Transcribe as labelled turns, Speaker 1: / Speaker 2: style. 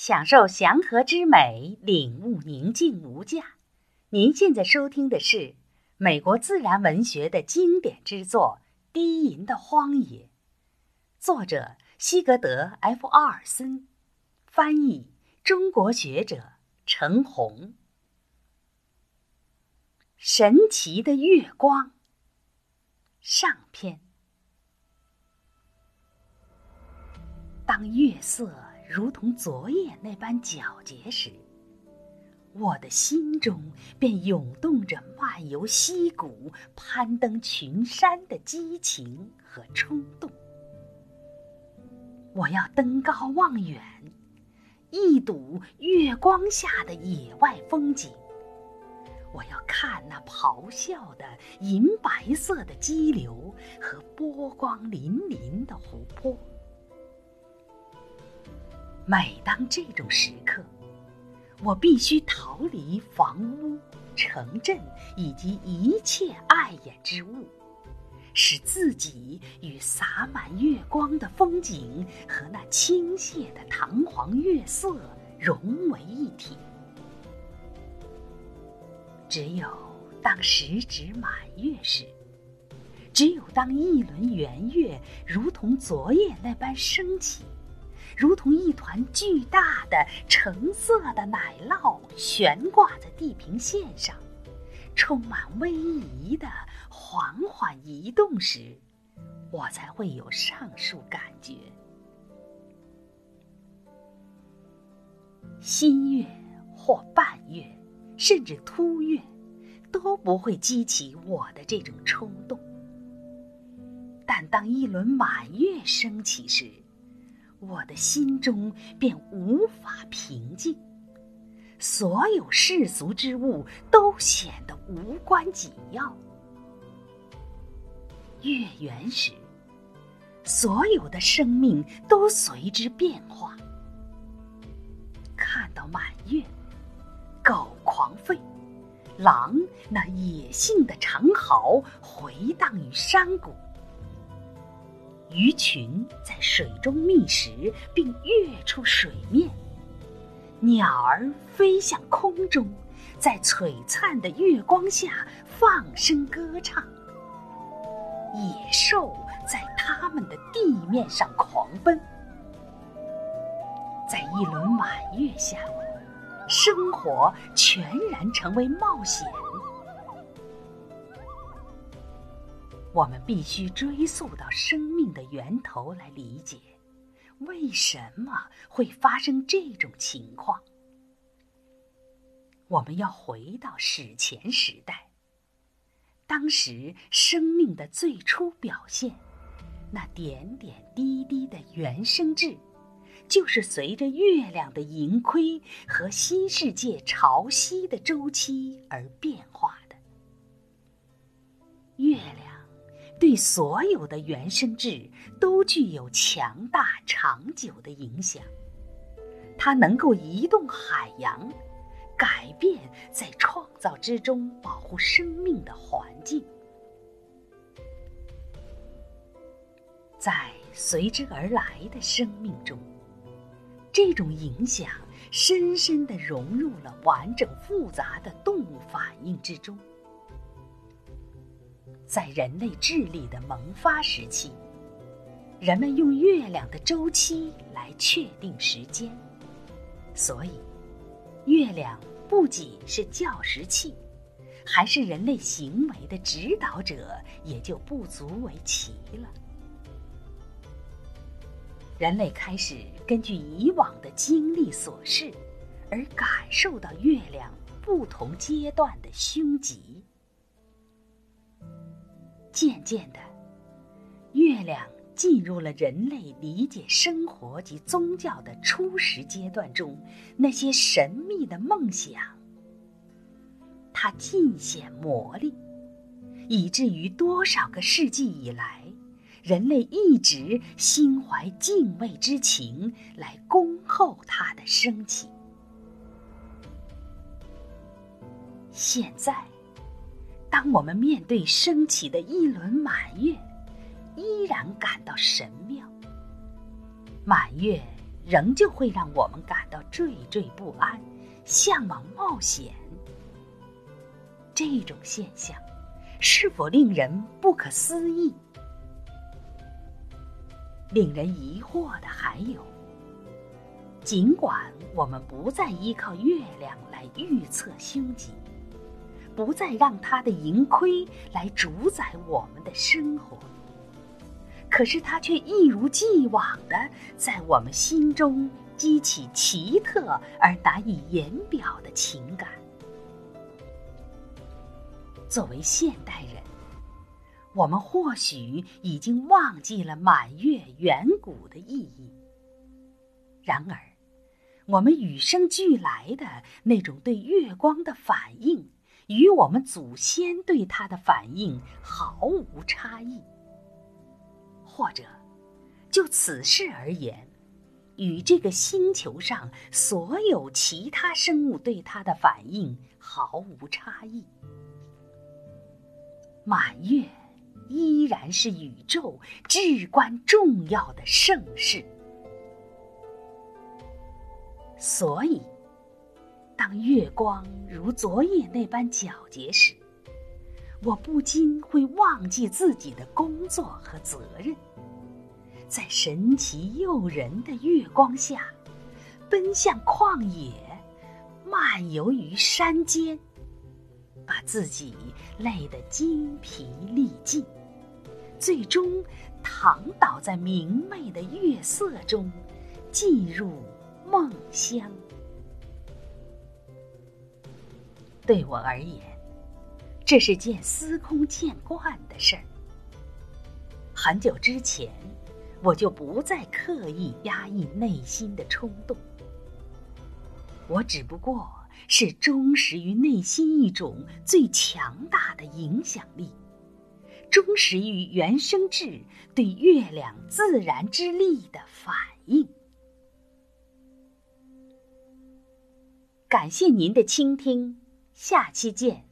Speaker 1: 享受祥和之美，领悟宁静无价。您现在收听的是美国自然文学的经典之作《低吟的荒野》，作者西格德 ·F· 奥尔森，翻译中国学者陈红。神奇的月光上篇。当月色如同昨夜那般皎洁时，我的心中便涌动着漫游溪谷、攀登群山的激情和冲动。我要登高望远，一睹月光下的野外风景。我要看那咆哮的银白色的激流和波光粼粼的湖泊。每当这种时刻，我必须逃离房屋、城镇以及一切碍眼之物，使自己与洒满月光的风景和那倾泻的堂皇月色融为一体。只有当时值满月时，只有当一轮圆月如同昨夜那般升起，如同一团巨大的橙色的奶酪悬挂在地平线上，充满威仪地缓缓移动时，我才会有上述感觉。新月或半月甚至突月都不会激起我的这种冲动，但当一轮满月升起时，我的心中便无法平静，所有世俗之物都显得无关紧要。月圆时，所有的生命都随之变化。看到满月，狗狂吠，狼那野性的长嚎回荡于山谷，鱼群在水中觅食并跃出水面，鸟儿飞向空中，在璀璨的月光下放声歌唱，野兽在它们的地面上狂奔。在一轮满月下，生活全然成为冒险。我们必须追溯到生命的源头来理解，为什么会发生这种情况。我们要回到史前时代，当时生命的最初表现，那点点滴滴的原生质，就是随着月亮的盈亏和新世界潮汐的周期而变化的。月亮对所有的原生质都具有强大长久的影响，它能够移动海洋，改变在创造之中保护生命的环境。在随之而来的生命中，这种影响深深地融入了完整复杂的动物反应之中。在人类智力的萌发时期，人们用月亮的周期来确定时间，所以月亮不仅是校时器，还是人类行为的指导者，也就不足为奇了。人类开始根据以往的经历所示，而感受到月亮不同阶段的凶吉。渐渐的，月亮进入了人类理解生活及宗教的初始阶段中那些神秘的梦想。它尽显魔力，以至于多少个世纪以来，人类一直心怀敬畏之情来恭候它的升起。现在，当我们面对升起的一轮满月，依然感到神妙。满月仍旧会让我们感到惴惴不安，向往冒险。这种现象是否令人不可思议？令人疑惑的还有，尽管我们不再依靠月亮来预测凶吉，不再让它的盈亏来主宰我们的生活，可是它却一如既往地在我们心中激起奇特而难以言表的情感。作为现代人，我们或许已经忘记了满月远古的意义，然而我们与生俱来的那种对月光的反应，与我们祖先对它的反应毫无差异。或者就此事而言，与这个星球上所有其他生物对它的反应毫无差异。满月依然是宇宙至关重要的盛事。所以当月光如昨夜那般皎洁时，我不禁会忘记自己的工作和责任，在神奇诱人的月光下奔向旷野，漫游于山间，把自己累得精疲力尽，最终躺倒在明媚的月色中，进入梦乡。对我而言，这是件司空见惯的事儿。很久之前，我就不再刻意压抑内心的冲动，我只不过是忠实于内心一种最强大的影响力，忠实于原生质对月亮自然之力的反应。感谢您的倾听，下期见。